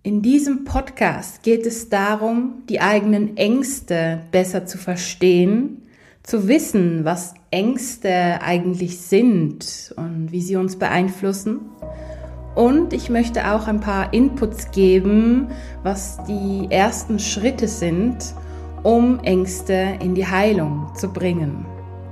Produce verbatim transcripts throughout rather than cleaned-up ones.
In diesem Podcast geht es darum, die eigenen Ängste besser zu verstehen, zu wissen, was Ängste eigentlich sind und wie sie uns beeinflussen. Und ich möchte auch ein paar Inputs geben, was die ersten Schritte sind, um Ängste in die Heilung zu bringen.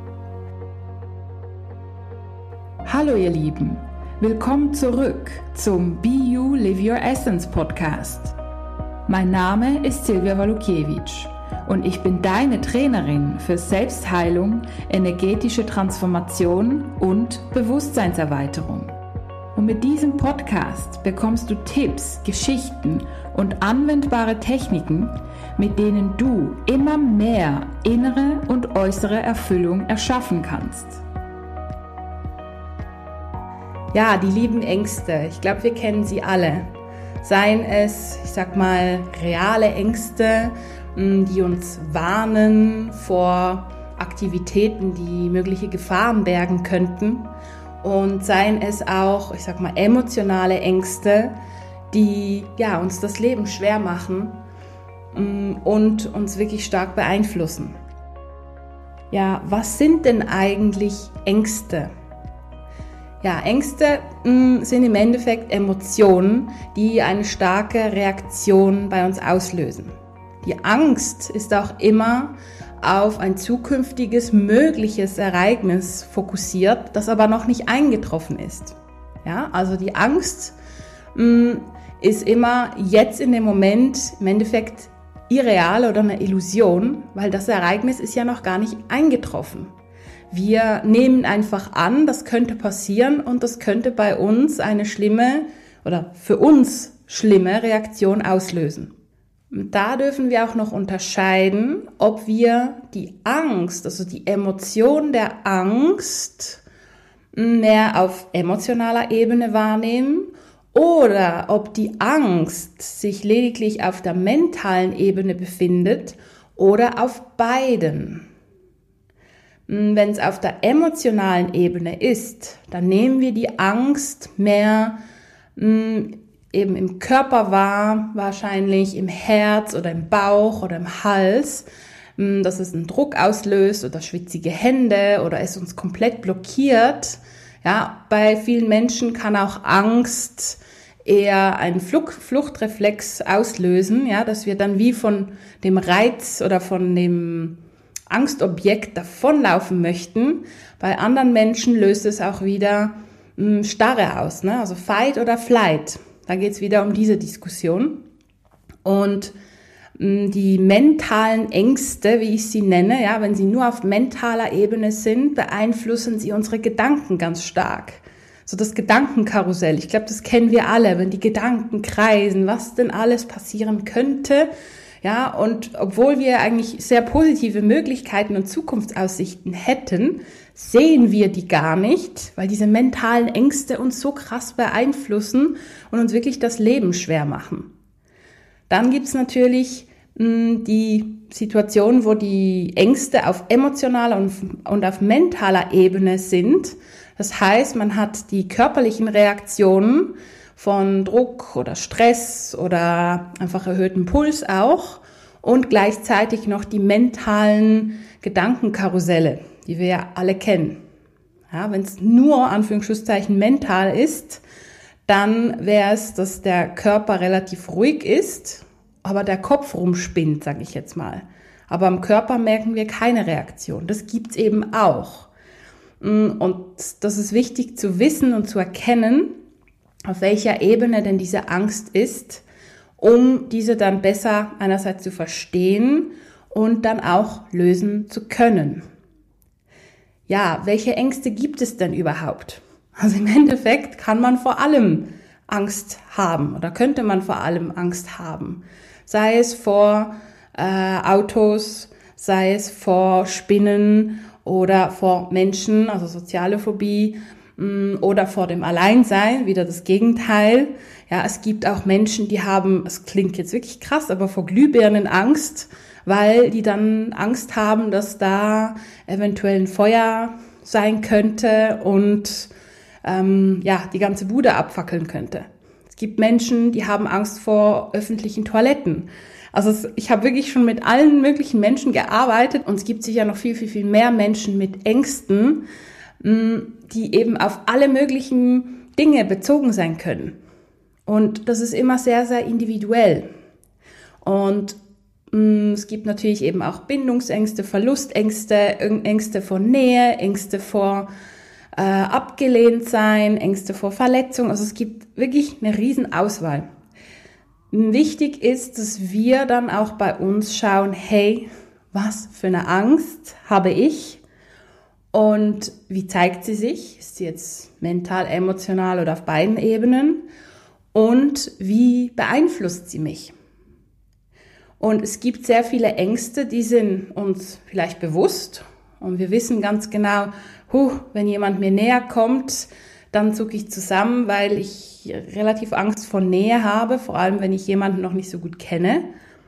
Hallo ihr Lieben! Willkommen zurück zum Be You Live Your Essence Podcast. Mein Name ist Silvia Walukiewicz und ich bin deine Trainerin für Selbstheilung, energetische Transformation und Bewusstseinserweiterung. Und mit diesem Podcast bekommst du Tipps, Geschichten und anwendbare Techniken, mit denen du immer mehr innere und äußere Erfüllung erschaffen kannst. Ja, die lieben Ängste. Ich glaube, wir kennen sie alle. Seien es, ich sag mal, reale Ängste, die uns warnen vor Aktivitäten, die mögliche Gefahren bergen könnten. Und seien es auch, ich sag mal, emotionale Ängste, die ja, uns das Leben schwer machen und uns wirklich stark beeinflussen. Ja, was sind denn eigentlich Ängste? Ja, Ängste mh, sind im Endeffekt Emotionen, die eine starke Reaktion bei uns auslösen. Die Angst ist auch immer auf ein zukünftiges mögliches Ereignis fokussiert, das aber noch nicht eingetroffen ist. Ja, also die Angst mh, ist immer jetzt in dem Moment im Endeffekt irreal oder eine Illusion, weil das Ereignis ist ja noch gar nicht eingetroffen. Wir nehmen einfach an, das könnte passieren und das könnte bei uns eine schlimme oder für uns schlimme Reaktion auslösen. Und da dürfen wir auch noch unterscheiden, ob wir die Angst, also die Emotion der Angst mehr auf emotionaler Ebene wahrnehmen oder ob die Angst sich lediglich auf der mentalen Ebene befindet oder auf beiden. Wenn es auf der emotionalen Ebene ist, dann nehmen wir die Angst mehr mh, eben im Körper wahr, wahrscheinlich im Herz oder im Bauch oder im Hals, mh, dass es einen Druck auslöst oder schwitzige Hände oder es uns komplett blockiert. Ja, bei vielen Menschen kann auch Angst eher einen Flucht, Fluchtreflex auslösen, ja, dass wir dann wie von dem Reiz oder von dem Angstobjekt davonlaufen möchten. Bei anderen Menschen löst es auch wieder mh, Starre aus, ne? Also Fight oder Flight. Da geht es wieder um diese Diskussion. Und mh, die mentalen Ängste, wie ich sie nenne, ja, wenn sie nur auf mentaler Ebene sind, beeinflussen sie unsere Gedanken ganz stark. So das Gedankenkarussell, ich glaube, das kennen wir alle, wenn die Gedanken kreisen, was denn alles passieren könnte. Ja, und obwohl wir eigentlich sehr positive Möglichkeiten und Zukunftsaussichten hätten, sehen wir die gar nicht, weil diese mentalen Ängste uns so krass beeinflussen und uns wirklich das Leben schwer machen. Dann gibt's natürlich mh, die Situation, wo die Ängste auf emotionaler und, und auf mentaler Ebene sind. Das heißt, man hat die körperlichen Reaktionen von Druck oder Stress oder einfach erhöhten Puls auch und gleichzeitig noch die mentalen Gedankenkarusselle, die wir ja alle kennen. Ja, wenn es nur Anführungsschlusszeichen mental ist, dann wäre es, dass der Körper relativ ruhig ist, aber der Kopf rumspinnt, sage ich jetzt mal. Aber am Körper merken wir keine Reaktion. Das gibt's eben auch. Und das ist wichtig zu wissen und zu erkennen, auf welcher Ebene denn diese Angst ist, um diese dann besser einerseits zu verstehen und dann auch lösen zu können. Ja, welche Ängste gibt es denn überhaupt? Also im Endeffekt kann man vor allem Angst haben oder könnte man vor allem Angst haben. Sei es vor äh, Autos, sei es vor Spinnen oder vor Menschen, also soziale Phobie, oder vor dem Alleinsein, wieder das Gegenteil. Ja, es gibt auch Menschen, die haben, es klingt jetzt wirklich krass, aber vor Glühbirnen Angst, weil die dann Angst haben, dass da eventuell ein Feuer sein könnte und ähm, ja, die ganze Bude abfackeln könnte. gibt Menschen, die haben Angst vor öffentlichen Toiletten. Also es, ich habe wirklich schon mit allen möglichen Menschen gearbeitet und es gibt sicher noch viel, viel, viel mehr Menschen mit Ängsten, die eben auf alle möglichen Dinge bezogen sein können. Und das ist immer sehr, sehr individuell. Und mh, es gibt natürlich eben auch Bindungsängste, Verlustängste, Ängste vor Nähe, Ängste vor äh, abgelehnt sein, Ängste vor Verletzung. Also es gibt wirklich eine riesen Auswahl. Wichtig ist, dass wir dann auch bei uns schauen, hey, was für eine Angst habe ich und wie zeigt sie sich? Ist sie jetzt mental, emotional oder auf beiden Ebenen? Und wie beeinflusst sie mich? Und es gibt sehr viele Ängste, die sind uns vielleicht bewusst und wir wissen ganz genau, huh, wenn jemand mir näher kommt, dann zucke ich zusammen, weil ich relativ Angst vor Nähe habe, vor allem wenn ich jemanden noch nicht so gut kenne.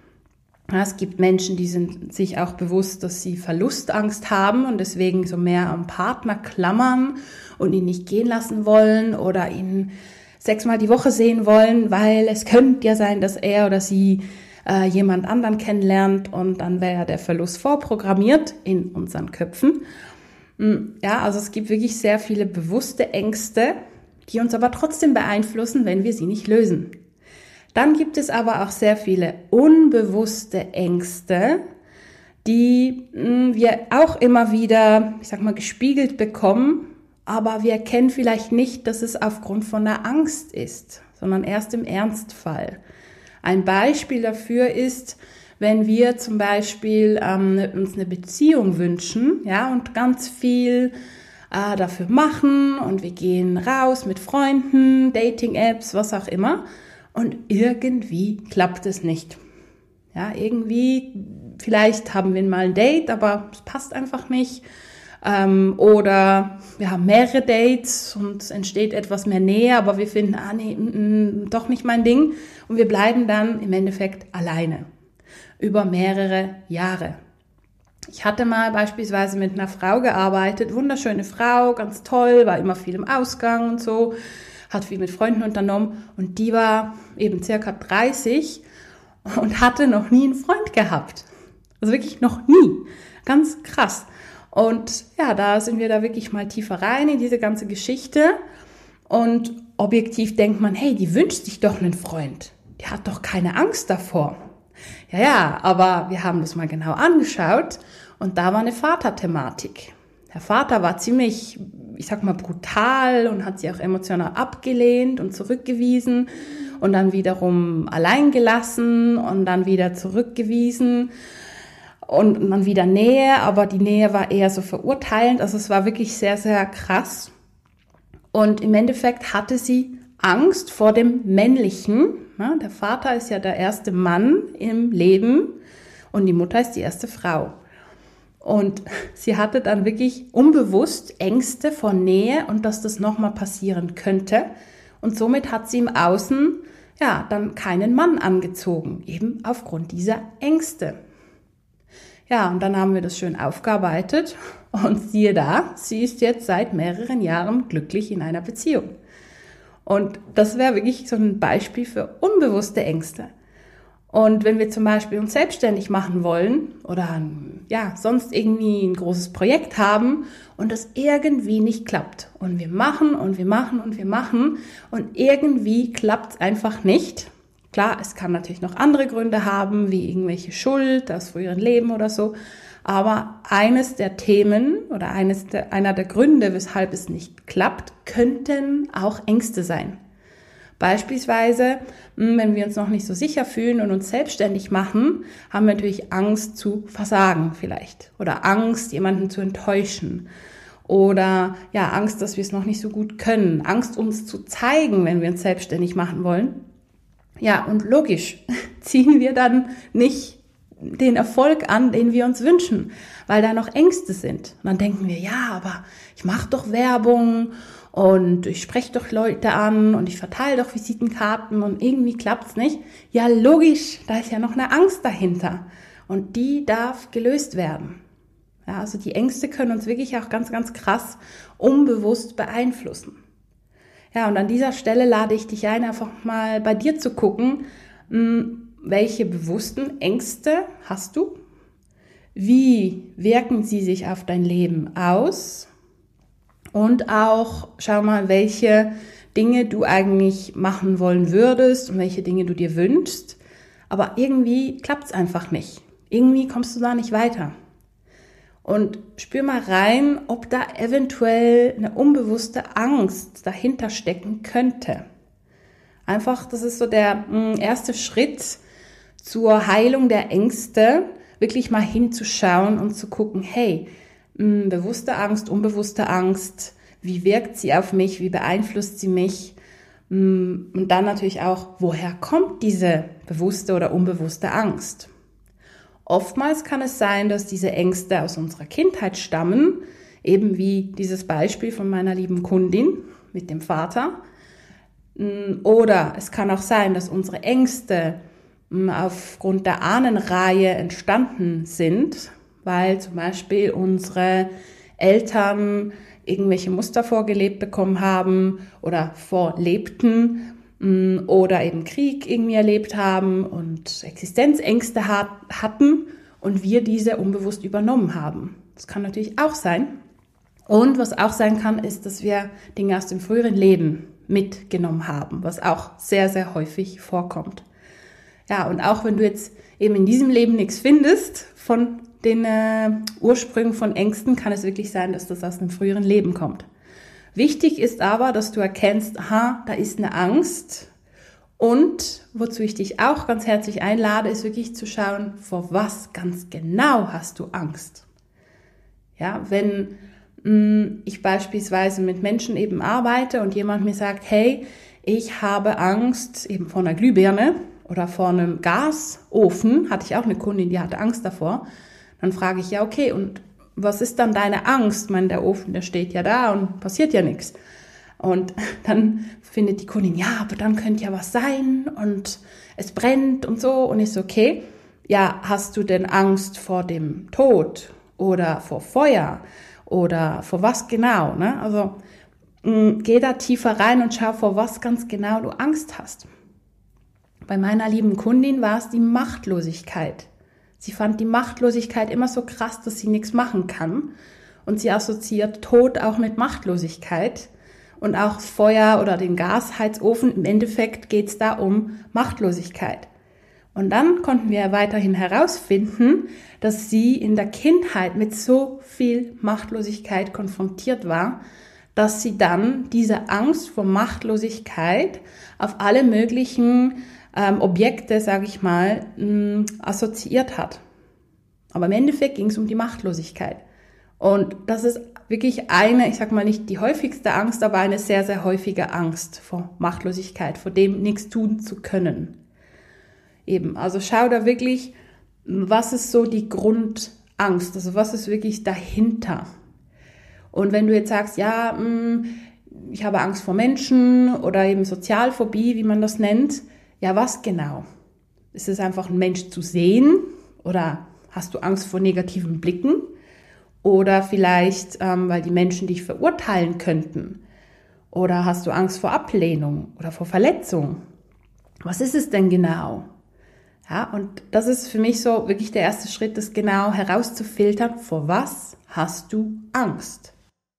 Ja, es gibt Menschen, die sind sich auch bewusst, dass sie Verlustangst haben und deswegen so mehr am Partner klammern und ihn nicht gehen lassen wollen oder ihn sechsmal die Woche sehen wollen, weil es könnte ja sein, dass er oder sie äh, jemand anderen kennenlernt und dann wäre der Verlust vorprogrammiert in unseren Köpfen. Ja, also es gibt wirklich sehr viele bewusste Ängste, die uns aber trotzdem beeinflussen, wenn wir sie nicht lösen. Dann gibt es aber auch sehr viele unbewusste Ängste, die mh, wir auch immer wieder, ich sag mal, gespiegelt bekommen, aber wir erkennen vielleicht nicht, dass es aufgrund von einer Angst ist, sondern erst im Ernstfall. Ein Beispiel dafür ist, wenn wir zum Beispiel ähm, uns eine Beziehung wünschen, ja, und ganz viel äh, dafür machen und wir gehen raus mit Freunden, Dating-Apps, was auch immer und irgendwie klappt es nicht. Ja, irgendwie, vielleicht haben wir mal ein Date, aber es passt einfach nicht. Ähm, oder wir haben mehrere Dates und es entsteht etwas mehr Nähe, aber wir finden, ah nee, m -m, doch nicht mein Ding. Und wir bleiben dann im Endeffekt alleine über mehrere Jahre. Ich hatte mal beispielsweise mit einer Frau gearbeitet, wunderschöne Frau, ganz toll, war immer viel im Ausgang und so, hat viel mit Freunden unternommen und die war eben circa dreißig und hatte noch nie einen Freund gehabt. Also wirklich noch nie. Ganz krass. Und ja, da sind wir da wirklich mal tiefer rein in diese ganze Geschichte. Und objektiv denkt man, hey, die wünscht sich doch einen Freund. Die hat doch keine Angst davor. Ja, ja, aber wir haben das mal genau angeschaut und da war eine Vaterthematik. Der Vater war ziemlich, ich sag mal, brutal und hat sie auch emotional abgelehnt und zurückgewiesen und dann wiederum allein gelassen und dann wieder zurückgewiesen. Und dann wieder Nähe, aber die Nähe war eher so verurteilend. Also es war wirklich sehr, sehr krass. Und im Endeffekt hatte sie Angst vor dem Männlichen. Ja, der Vater ist ja der erste Mann im Leben und die Mutter ist die erste Frau. Und sie hatte dann wirklich unbewusst Ängste vor Nähe und dass das nochmal passieren könnte. Und somit hat sie im Außen ja dann keinen Mann angezogen, eben aufgrund dieser Ängste. Ja, und dann haben wir das schön aufgearbeitet und siehe da, sie ist jetzt seit mehreren Jahren glücklich in einer Beziehung. Und das wäre wirklich so ein Beispiel für unbewusste Ängste. Und wenn wir zum Beispiel uns selbstständig machen wollen oder ja, sonst irgendwie ein großes Projekt haben und das irgendwie nicht klappt und wir machen und wir machen und wir machen und irgendwie klappt es einfach nicht. Klar, es kann natürlich noch andere Gründe haben, wie irgendwelche Schuld aus früheren Leben oder so. Aber eines der Themen oder eines der, einer der Gründe, weshalb es nicht klappt, könnten auch Ängste sein. Beispielsweise, wenn wir uns noch nicht so sicher fühlen und uns selbstständig machen, haben wir natürlich Angst zu versagen vielleicht oder Angst, jemanden zu enttäuschen oder ja, Angst, dass wir es noch nicht so gut können, Angst, uns zu zeigen, wenn wir uns selbstständig machen wollen. Ja, und logisch ziehen wir dann nicht den Erfolg an, den wir uns wünschen, weil da noch Ängste sind. Und dann denken wir, ja, aber ich mache doch Werbung und ich spreche doch Leute an und ich verteile doch Visitenkarten und irgendwie klappt's nicht. Ja, logisch, da ist ja noch eine Angst dahinter und die darf gelöst werden. Ja, also die Ängste können uns wirklich auch ganz, ganz krass unbewusst beeinflussen. Ja, und an dieser Stelle lade ich dich ein, einfach mal bei dir zu gucken, welche bewussten Ängste hast du? Wie wirken sie sich auf dein Leben aus? Und auch schau mal, welche Dinge du eigentlich machen wollen würdest und welche Dinge du dir wünschst. Aber irgendwie klappt es einfach nicht. Irgendwie kommst du da nicht weiter. Und spür mal rein, ob da eventuell eine unbewusste Angst dahinter stecken könnte. Einfach, das ist so der mh, erste Schritt zur Heilung der Ängste, wirklich mal hinzuschauen und zu gucken, hey, mh, bewusste Angst, unbewusste Angst, wie wirkt sie auf mich, wie beeinflusst sie mich? Mh, und dann natürlich auch, woher kommt diese bewusste oder unbewusste Angst? Oftmals kann es sein, dass diese Ängste aus unserer Kindheit stammen, eben wie dieses Beispiel von meiner lieben Kundin mit dem Vater. Oder es kann auch sein, dass unsere Ängste aufgrund der Ahnenreihe entstanden sind, weil zum Beispiel unsere Eltern irgendwelche Muster vorgelebt bekommen haben oder vorlebten oder eben Krieg irgendwie erlebt haben und Existenzängste hat, hatten und wir diese unbewusst übernommen haben. Das kann natürlich auch sein. Und was auch sein kann, ist, dass wir Dinge aus dem früheren Leben mitgenommen haben, was auch sehr, sehr häufig vorkommt. Ja, und auch wenn du jetzt eben in diesem Leben nichts findest von den äh, Ursprüngen von Ängsten, kann es wirklich sein, dass das aus einem früheren Leben kommt. Wichtig ist aber, dass du erkennst, aha, da ist eine Angst. Und wozu ich dich auch ganz herzlich einlade, ist wirklich zu schauen, vor was ganz genau hast du Angst. Ja, wenn mh, ich beispielsweise mit Menschen eben arbeite und jemand mir sagt, hey, ich habe Angst eben vor einer Glühbirne oder vor einem Gasofen, hatte ich auch eine Kundin, die hatte Angst davor, dann frage ich, ja, okay, und was ist dann deine Angst? Ich meine, der Ofen, der steht ja da und passiert ja nichts. Und dann findet die Kundin, ja, aber dann könnte ja was sein und es brennt und so. Und ich so, okay, ja, hast du denn Angst vor dem Tod oder vor Feuer oder vor was genau? Ne? Also mh, geh da tiefer rein und schau, vor was ganz genau du Angst hast. Bei meiner lieben Kundin war es die Machtlosigkeit. Sie fand die Machtlosigkeit immer so krass, dass sie nichts machen kann. Und sie assoziiert Tod auch mit Machtlosigkeit. Und auch Feuer oder den Gasheizofen, im Endeffekt geht es da um Machtlosigkeit. Und dann konnten wir weiterhin herausfinden, dass sie in der Kindheit mit so viel Machtlosigkeit konfrontiert war, dass sie dann diese Angst vor Machtlosigkeit auf alle möglichen Ähm, Objekte, sage ich mal, mh, assoziiert hat. Aber im Endeffekt ging es um die Machtlosigkeit. Und das ist wirklich eine, ich sage mal nicht die häufigste Angst, aber eine sehr, sehr häufige Angst vor Machtlosigkeit, vor dem nichts tun zu können. Eben, also schau da wirklich, was ist so die Grundangst, also was ist wirklich dahinter. Und wenn du jetzt sagst, ja, mh, ich habe Angst vor Menschen oder eben Sozialphobie, wie man das nennt, ja, was genau? Ist es einfach ein Mensch zu sehen oder hast du Angst vor negativen Blicken oder vielleicht, ähm, weil die Menschen dich verurteilen könnten oder hast du Angst vor Ablehnung oder vor Verletzung? Was ist es denn genau? Ja, und das ist für mich so wirklich der erste Schritt, das genau herauszufiltern, vor was hast du Angst?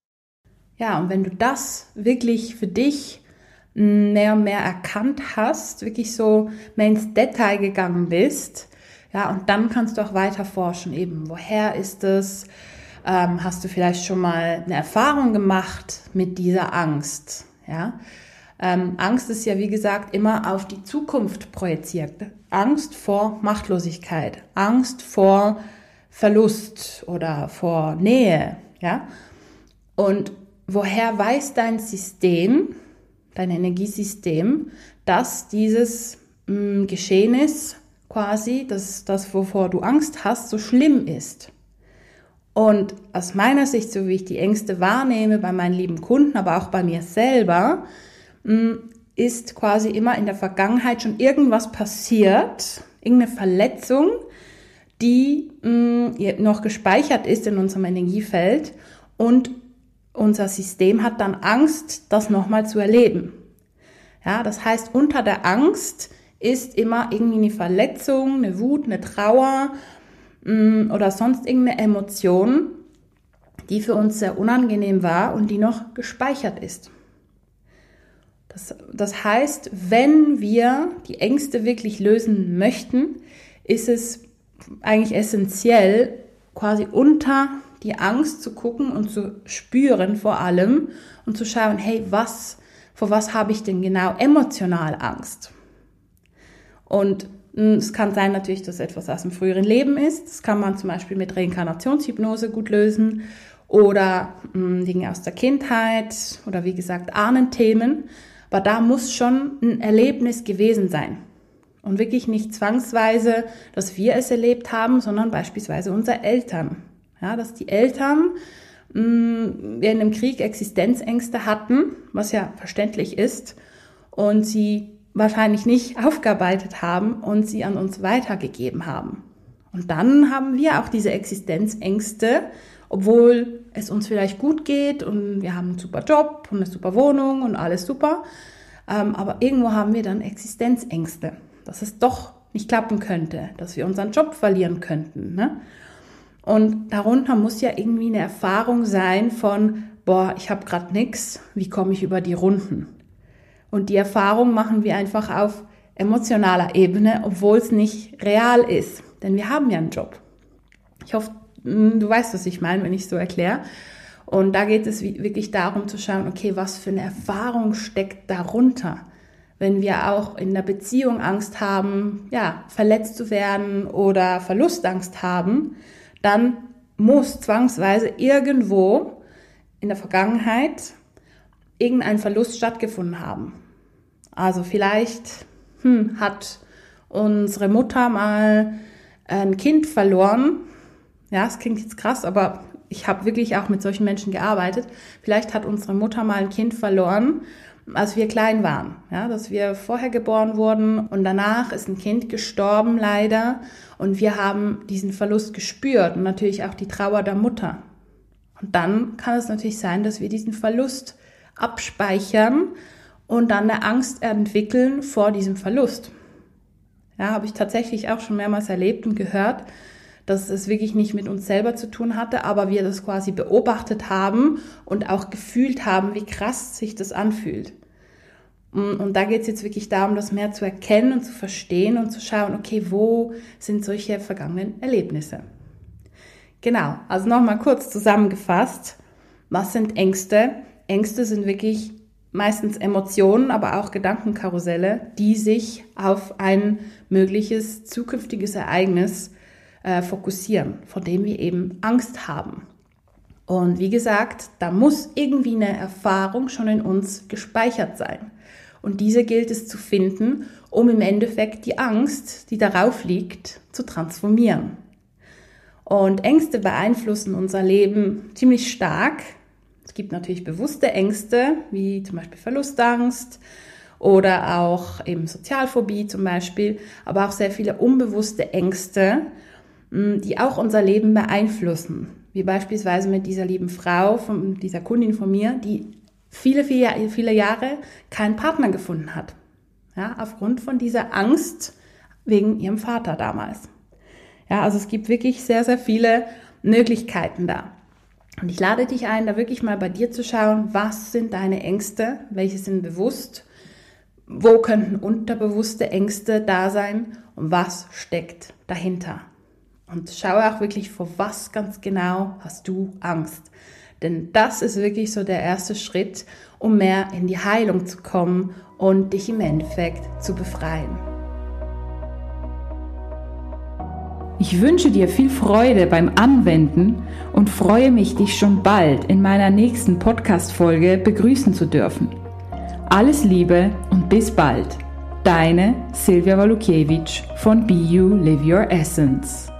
Ja, und wenn du das wirklich für dich mehr und mehr erkannt hast, wirklich so mehr ins Detail gegangen bist, ja, und dann kannst du auch weiter forschen, eben, woher ist es, ähm, hast du vielleicht schon mal eine Erfahrung gemacht mit dieser Angst, ja, ähm, Angst ist ja, wie gesagt, immer auf die Zukunft projiziert, Angst vor Machtlosigkeit, Angst vor Verlust oder vor Nähe, ja, und woher weiß dein System, dein Energiesystem, dass dieses mh, Geschehnis quasi, dass das, wovor du Angst hast, so schlimm ist. Und aus meiner Sicht, so wie ich die Ängste wahrnehme bei meinen lieben Kunden, aber auch bei mir selber, mh, ist quasi immer in der Vergangenheit schon irgendwas passiert, irgendeine Verletzung, die mh, noch gespeichert ist in unserem Energiefeld und unser System hat dann Angst, das nochmal zu erleben. Ja, das heißt, unter der Angst ist immer irgendwie eine Verletzung, eine Wut, eine Trauer mh, oder sonst irgendeine Emotion, die für uns sehr unangenehm war und die noch gespeichert ist. Das, das heißt, wenn wir die Ängste wirklich lösen möchten, ist es eigentlich essentiell, quasi unter die Angst zu gucken und zu spüren vor allem und zu schauen, hey, was, vor was habe ich denn genau emotional Angst? Und mh, es kann sein natürlich, dass etwas aus dem früheren Leben ist. Das kann man zum Beispiel mit Reinkarnationshypnose gut lösen oder mh, Dinge aus der Kindheit oder wie gesagt Ahnenthemen. Aber da muss schon ein Erlebnis gewesen sein. Und wirklich nicht zwangsweise, dass wir es erlebt haben, sondern beispielsweise unsere Eltern. Ja, dass die Eltern mh, während dem Krieg Existenzängste hatten, was ja verständlich ist, und sie wahrscheinlich nicht aufgearbeitet haben und sie an uns weitergegeben haben. Und dann haben wir auch diese Existenzängste, obwohl es uns vielleicht gut geht und wir haben einen super Job und eine super Wohnung und alles super, ähm, aber irgendwo haben wir dann Existenzängste, dass es doch nicht klappen könnte, dass wir unseren Job verlieren könnten, ne? Und darunter muss ja irgendwie eine Erfahrung sein von, boah, ich habe gerade nichts, wie komme ich über die Runden? Und die Erfahrung machen wir einfach auf emotionaler Ebene, obwohl es nicht real ist, denn wir haben ja einen Job. Ich hoffe, du weißt, was ich meine, wenn ich es so erkläre. Und da geht es wirklich darum zu schauen, okay, was für eine Erfahrung steckt darunter? Wenn wir auch in der Beziehung Angst haben, ja, verletzt zu werden oder Verlustangst haben, dann muss zwangsweise irgendwo in der Vergangenheit irgendein Verlust stattgefunden haben. Also vielleicht hm, hat unsere Mutter mal ein Kind verloren. Ja, es klingt jetzt krass, aber ich habe wirklich auch mit solchen Menschen gearbeitet. Vielleicht hat unsere Mutter mal ein Kind verloren, als wir klein waren. Ja, dass wir vorher geboren wurden und danach ist ein Kind gestorben leider und wir haben diesen Verlust gespürt und natürlich auch die Trauer der Mutter. Und dann kann es natürlich sein, dass wir diesen Verlust abspeichern und dann eine Angst entwickeln vor diesem Verlust. Ja, habe ich tatsächlich auch schon mehrmals erlebt und gehört, dass es wirklich nicht mit uns selber zu tun hatte, aber wir das quasi beobachtet haben und auch gefühlt haben, wie krass sich das anfühlt. Und da geht es jetzt wirklich darum, das mehr zu erkennen und zu verstehen und zu schauen, okay, wo sind solche vergangenen Erlebnisse? Genau, also nochmal kurz zusammengefasst, was sind Ängste? Ängste sind wirklich meistens Emotionen, aber auch Gedankenkarusselle, die sich auf ein mögliches zukünftiges Ereignis äh, fokussieren, vor dem wir eben Angst haben. Und wie gesagt, da muss irgendwie eine Erfahrung schon in uns gespeichert sein. Und diese gilt es zu finden, um im Endeffekt die Angst, die darauf liegt, zu transformieren. Und Ängste beeinflussen unser Leben ziemlich stark. Es gibt natürlich bewusste Ängste, wie zum Beispiel Verlustangst oder auch eben Sozialphobie zum Beispiel, aber auch sehr viele unbewusste Ängste, die auch unser Leben beeinflussen. Wie beispielsweise mit dieser lieben Frau, von dieser Kundin von mir, die viele, viele, viele Jahre keinen Partner gefunden hat. Ja, aufgrund von dieser Angst wegen ihrem Vater damals. Ja, also es gibt wirklich sehr, sehr viele Möglichkeiten da. Und ich lade dich ein, da wirklich mal bei dir zu schauen, was sind deine Ängste, welche sind bewusst, wo könnten unterbewusste Ängste da sein und was steckt dahinter. Und schaue auch wirklich, vor was ganz genau hast du Angst. Denn das ist wirklich so der erste Schritt, um mehr in die Heilung zu kommen und dich im Endeffekt zu befreien. Ich wünsche dir viel Freude beim Anwenden und freue mich, dich schon bald in meiner nächsten Podcast-Folge begrüßen zu dürfen. Alles Liebe und bis bald. Deine Silvia Walukiewicz von Be You Live Your Essence.